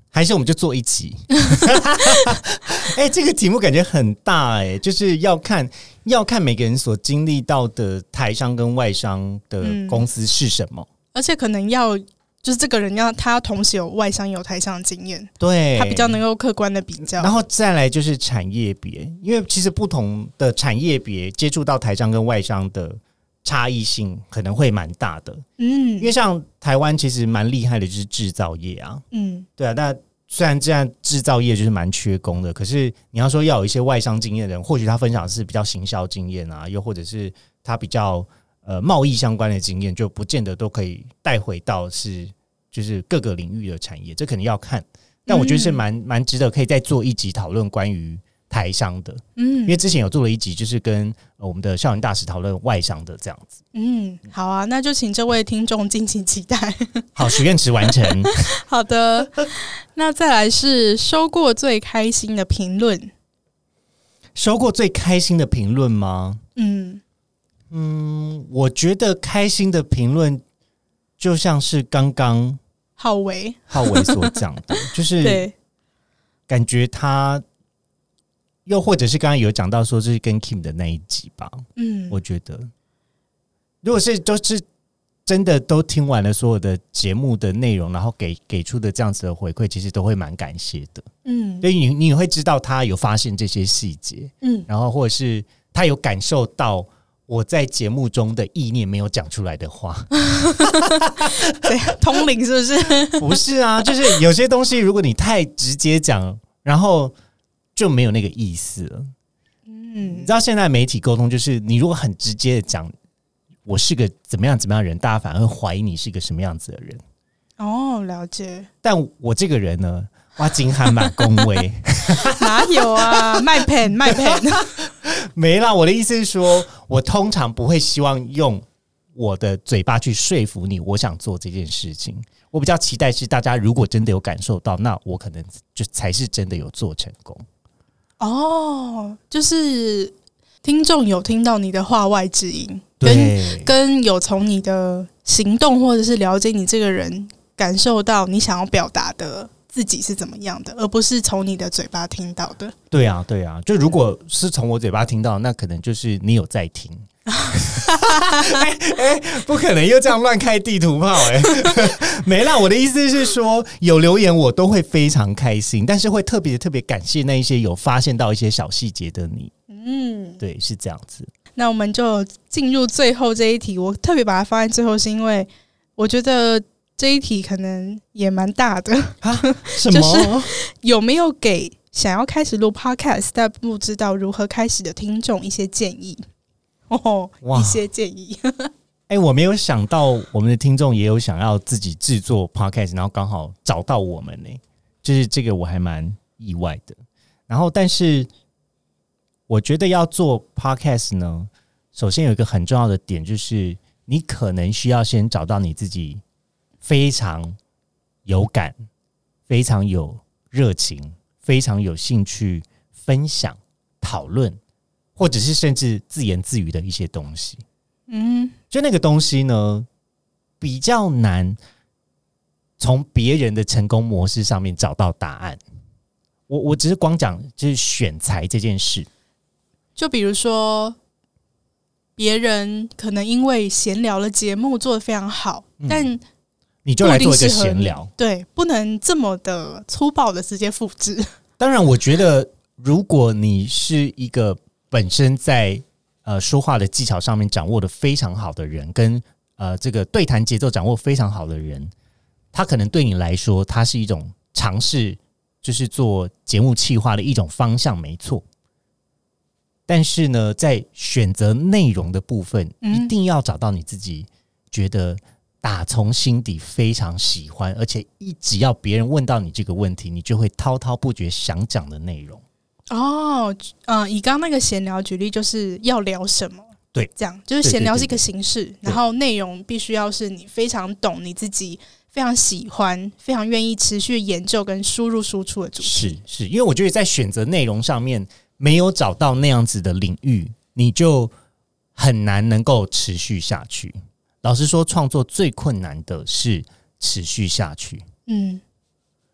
还是我们就做一集？哎、欸，这个题目感觉很大哎、欸，就是要看要看每个人所经历到的台商跟外商的公司是什么，嗯、 而且可能要就是这个人要他同时有外商有台商的经验， 对， 他比较能够客观的比较。 然后再来就是产业别，因为其实不同的产业别接触到台商跟外商的差异性可能会蛮大的，嗯，因为像台湾其实蛮厉害的就是制造业啊，嗯，对啊，那虽然这样制造业就是蛮缺工的，可是你要说要有一些外商经验的人，或许他分享的是比较行销经验啊，又或者是他比较呃贸易相关的经验，就不见得都可以带回到是就是各个领域的产业，这肯定要看。但我觉得是蛮蛮值得可以再做一集讨论关于台商的，嗯，因为之前有做了一集，就是跟、呃、我们的校园大使讨论外商的这样子。 嗯，好啊，那就请这位听众敬请期待。 好，许愿池完成。 好的，那再来是收过最开心的评论。 收过最开心的评论吗？嗯嗯，我觉得开心的评论就像是刚刚浩维浩维所讲的，就是感觉他。又或者是刚刚有讲到说，就是跟 Kim 的那一集吧。嗯，我觉得，如果是就是真的都听完了所有的节目的内容，然后给给出的这样子的回馈，其实都会蛮感谢的。嗯，所以你你会知道他有发现这些细节，嗯，然后或者是他有感受到我在节目中的意念没有讲出来的话。 对，通灵是不是？ 不是啊，就是有些东西，如果你太直接讲，然后。就没有那个意思了。嗯，你知道现在媒体沟通就是你如果很直接的讲我是个怎么样怎么样的人，大家反而会怀疑你是个什么样子的人。 哦，了解。 但我这个人呢，哇，金汉满恭维。 哪有啊，卖pen卖pen。 没啦，我的意思是说，我通常不会希望用我的嘴巴去说服你我想做这件事情。我比较期待是大家如果真的有感受到，那我可能就才是真的有做成功。 哦，就是听众有听到你的话外之音，跟跟有从你的行动或者是了解你这个人，感受到你想要表达的自己是怎么样的，而不是从你的嘴巴听到的。对啊，对啊，就如果是从我嘴巴听到，那可能就是你有在听。欸欸、不可能又这样乱开地图炮哎、欸！没啦，我的意思是说，有留言我都会非常开心，但是会特别特别感谢那一些有发现到一些小细节的你。嗯，对，是这样子。 那我们就进入最后这一题，我特别把它放在最后，是因为我觉得这一题可能也蛮大的。 什么？就是有没有给想要开始录 podcast 但不知道如何开始的听众一些建议？哦，一些建议。 哎、欸，我没有想到我们的听众也有想要自己制作 podcast， 然后刚好找到我们呢、欸，就是这个我还蛮意外的。然后，但是我觉得要做 podcast 呢，首先有一个很重要的点，就是你可能需要先找到你自己非常有感、非常有热情、非常有兴趣分享、讨论。或者是甚至自言自语的一些东西，嗯，就那个东西呢，比较难从别人的成功模式上面找到答案。我我只是光讲就是选材这件事， 就比如说别人可能因为闲聊的节目做得非常好，嗯、但你就来做一个闲聊， 对，不能这么的粗暴的直接复制。 当然，我觉得如果你是一个本身在呃说话的技巧上面掌握的非常好的人，跟呃这个对谈节奏掌握非常好的人，他可能对你来说，他是一种尝试，就是做节目企划的一种方向，没错。但是呢，在选择内容的部分，嗯、一定要找到你自己觉得打从心底非常喜欢，而且一只要别人问到你这个问题，你就会滔滔不绝想讲的内容。 哦，嗯，以刚刚那个闲聊举例，就是要聊什么？ 对， 这样就是闲聊是一个形式，对对对对，然后内容必须要是你非常懂，你自己非常喜欢、非常愿意持续研究跟输入输出的主题。 是是，因为我觉得在选择内容上面没有找到那样子的领域，你就很难能够持续下去。老实说，创作最困难的是持续下去。嗯。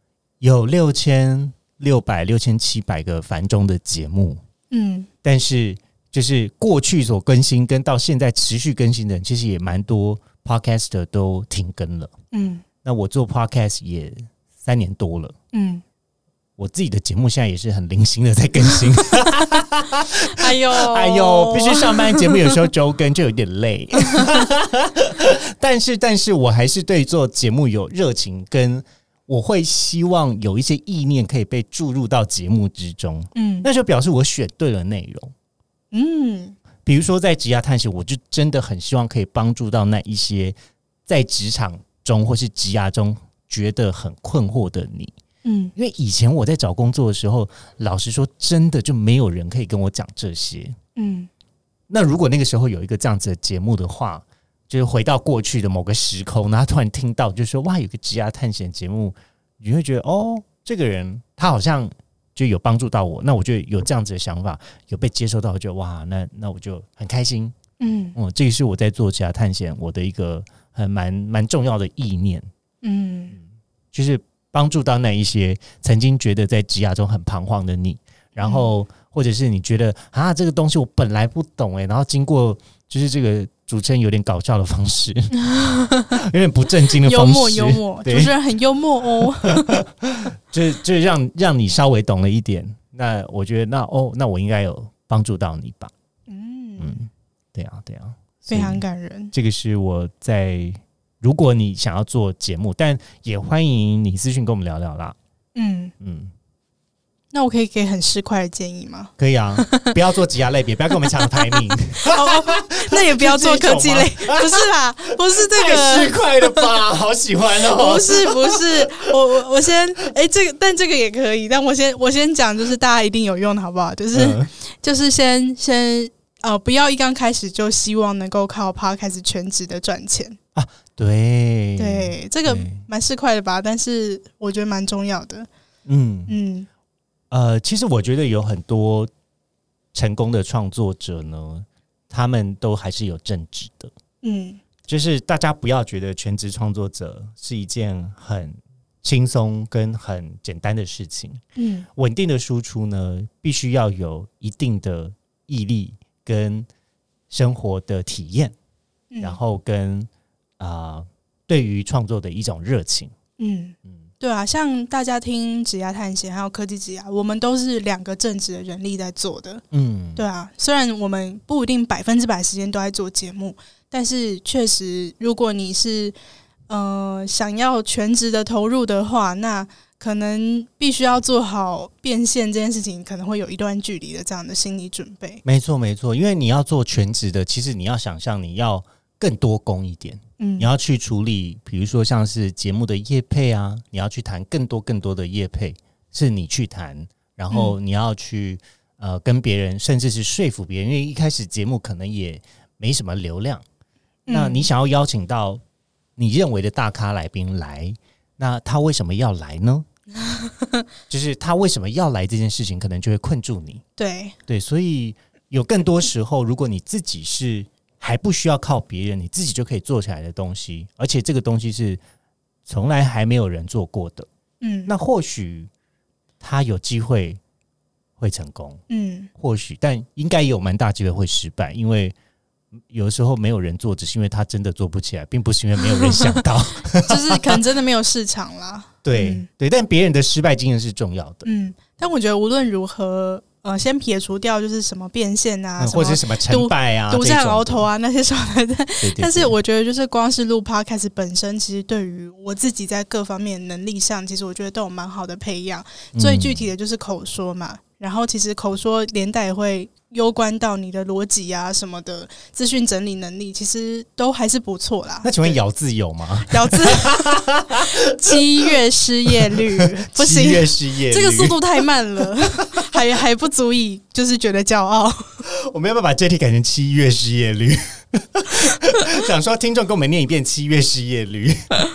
有六千六百、六千七百个繁中的节目，嗯，但是就是过去所更新跟到现在持续更新的人，其实也蛮多 podcaster 都停更了，嗯，那我做 podcast 也三年多了，嗯。我自己的节目现在也是很零星的在更新， 哎呦哎呦，必须上班节目有时候周更就有点累，但是但是我还是对做节目有热情，跟我会希望有一些意念可以被注入到节目之中，嗯，那就表示我选对了内容，嗯，比如说在职涯探险，我就真的很希望可以帮助到那一些在职场中或是职涯中觉得很困惑的你。嗯，因为以前我在找工作的时候，老实说，真的就没有人可以跟我讲这些。嗯，那如果那个时候有一个这样子的节目的话，就是回到过去的某个时空，然后突然听到，就说哇，有个职涯探险节目，你会觉得哦，这个人他好像就有帮助到我，那我就有这样子的想法，有被接受到，就哇，那那我就很开心。嗯，嗯，这个是我在做职涯探险我的一个很蛮蛮重要的意念。嗯，就是。帮助到那一些曾经觉得在职涯中很彷徨的你，然后或者是你觉得啊这个东西我本来不懂欸，然后经过就是这个主持人有点搞笑的方式，有点不正经的方式， 幽默幽默，主持人很幽默哦， 就就让让你稍微懂了一点。那我觉得那哦，那我应该有帮助到你吧？嗯嗯，对啊对啊， 非常感人。 这个是我在。如果你想要做节目，但也欢迎你私讯跟我们聊聊啦。嗯嗯，那我可以给很市侩的建议吗？ 可以啊，不要做职涯类别，不要跟我们抢排名。 哦，那也不要做科技类，不是啦，不是这个太市侩了吧？好喜欢哦！ 不是不是，我我我先哎、欸，这个但这个也可以，但我先我先讲，就是大家一定有用的，好不好？就是、嗯、就是先先呃，不要一刚开始就希望能够靠 Podcast 全职的赚钱啊。对对，这个蛮市侩的吧，但是我觉得蛮重要的。嗯嗯，呃，其实我觉得有很多成功的创作者呢，他们都还是有正职的。嗯，就是大家不要觉得全职创作者是一件很轻松跟很简单的事情。嗯，稳定的输出呢，必须要有一定的毅力跟生活的体验，嗯、然后跟啊、呃，对于创作的一种热情， 嗯嗯，对啊，像大家听职涯探险还有科技职涯，我们都是两个正职的人力在做的，嗯，对啊，虽然我们不一定百分之百时间都在做节目，但是确实，如果你是呃想要全职的投入的话，那可能必须要做好变现这件事情，可能会有一段距离的这样的心理准备。 没错没错，因为你要做全职的，其实你要想象你要更多工一点，嗯，你要去处理比如说像是节目的业配啊，你要去谈更多更多的业配是你去谈，然后你要去、嗯、呃跟别人甚至是说服别人，因为一开始节目可能也没什么流量、嗯、那你想要邀请到你认为的大咖来宾来，那他为什么要来呢？就是他为什么要来这件事情可能就会困住你。 对对，所以有更多时候如果你自己是还不需要靠别人，你自己就可以做起来的东西，而且这个东西是从来还没有人做过的，嗯，那或许他有机会会成功，嗯，或许，但应该也有蛮大机会会失败，因为有的时候没有人做，只是因为他真的做不起来，并不是因为没有人想到， 就是可能真的没有市场啦。 对、嗯、对，但别人的失败经验是重要的， 嗯，但我觉得无论如何。呃，先撇除掉就是什么变现啊， 嗯、或者是什么成败啊、 独占鳌头啊那些什么的。对对对，但是我觉得就是光是录 podcast 本身，其实对于我自己在各方面能力上，其实我觉得都有蛮好的培养。嗯、最具体的就是口说嘛，然后其实口说连带也会攸关到你的逻辑啊什么的，资讯整理能力，其实都还是不错啦。 那请问咬字有吗？ 咬字七月失业率不行， 七月失业率这个速度太慢了，还还不足以就是觉得骄傲。 我们要不要把这题改成七月失业率？想说听众跟我们念一遍七月失业率。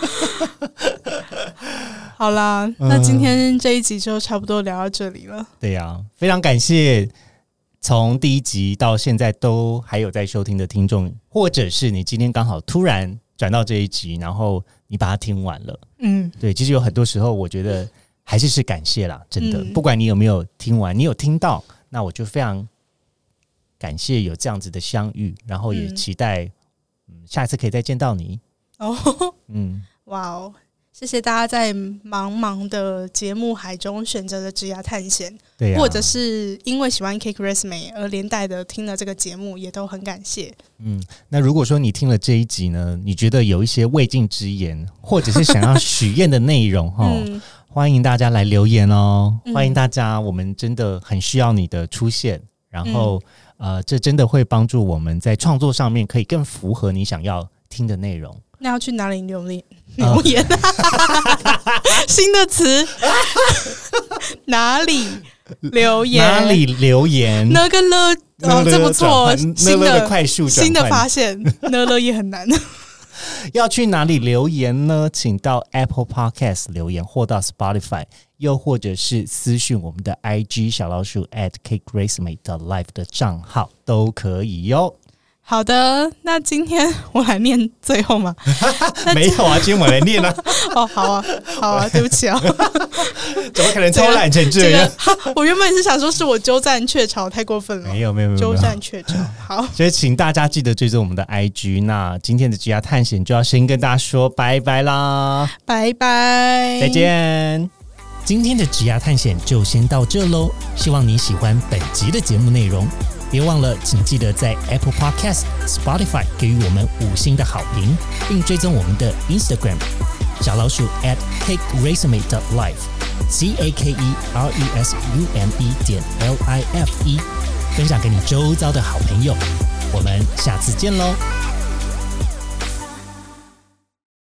好啦，那今天这一集就差不多聊到这里了。 对呀、啊，非常感谢从第一集到现在都还有在收听的听众，或者是你今天刚好突然转到这一集，然后你把它听完了。嗯，对，其实有很多时候我觉得还是是感谢啦，真的、 嗯， 不管你有没有听完，你有听到，那我就非常感谢有这样子的相遇，然后也期待、嗯、下一次可以再见到你。 哦，嗯，哇哦，谢谢大家在茫茫的节目海中选择了职涯探险，对、啊，或者是因为喜欢 Cake Resume 而连带的听了这个节目，也都很感谢。 嗯，那如果说你听了这一集呢，你觉得有一些未尽之言，或者是想要许愿的内容嗯欢迎大家来留言哦、嗯！欢迎大家，我们真的很需要你的出现，然后、嗯、呃，这真的会帮助我们在创作上面可以更符合你想要听的内容。 那要去哪里留言？留言、呃、新的词，哪里留言？ 哪里留言？ 那个了，哦，这不错， 新的快速新的发现，那了也很难。 要去哪里留言呢？请到 Apple Podcast 留言，或到 Spotify， 又或者是私讯我们的 I G 小老鼠 at Cake Resume Life 的账号都可以哟。 好的，那今天我来念最后吗？ 没有啊，今天我来念啊。 哦，好啊，好啊，对不起啊。 怎么可能偷懒成这样、 这个？我原本是想说是我鸠占鹊巢，太过分了。 没有没有没有， 鸠占鹊巢。好， 所以请大家记得追踪我们的 I G。那今天的职涯探险就要先跟大家说拜拜啦， 拜拜， 再见。今天的职涯探险就先到这咯，希望你喜欢本集的节目内容。别忘了，请记得在 Apple Podcast、Spotify 给予我们五星的好评，并追踪我们的 Instagram 小老鼠 at Cake Resume Life C A K E R E S U M E 点 L I F E， 分享给你周遭的好朋友。我们下次见喽！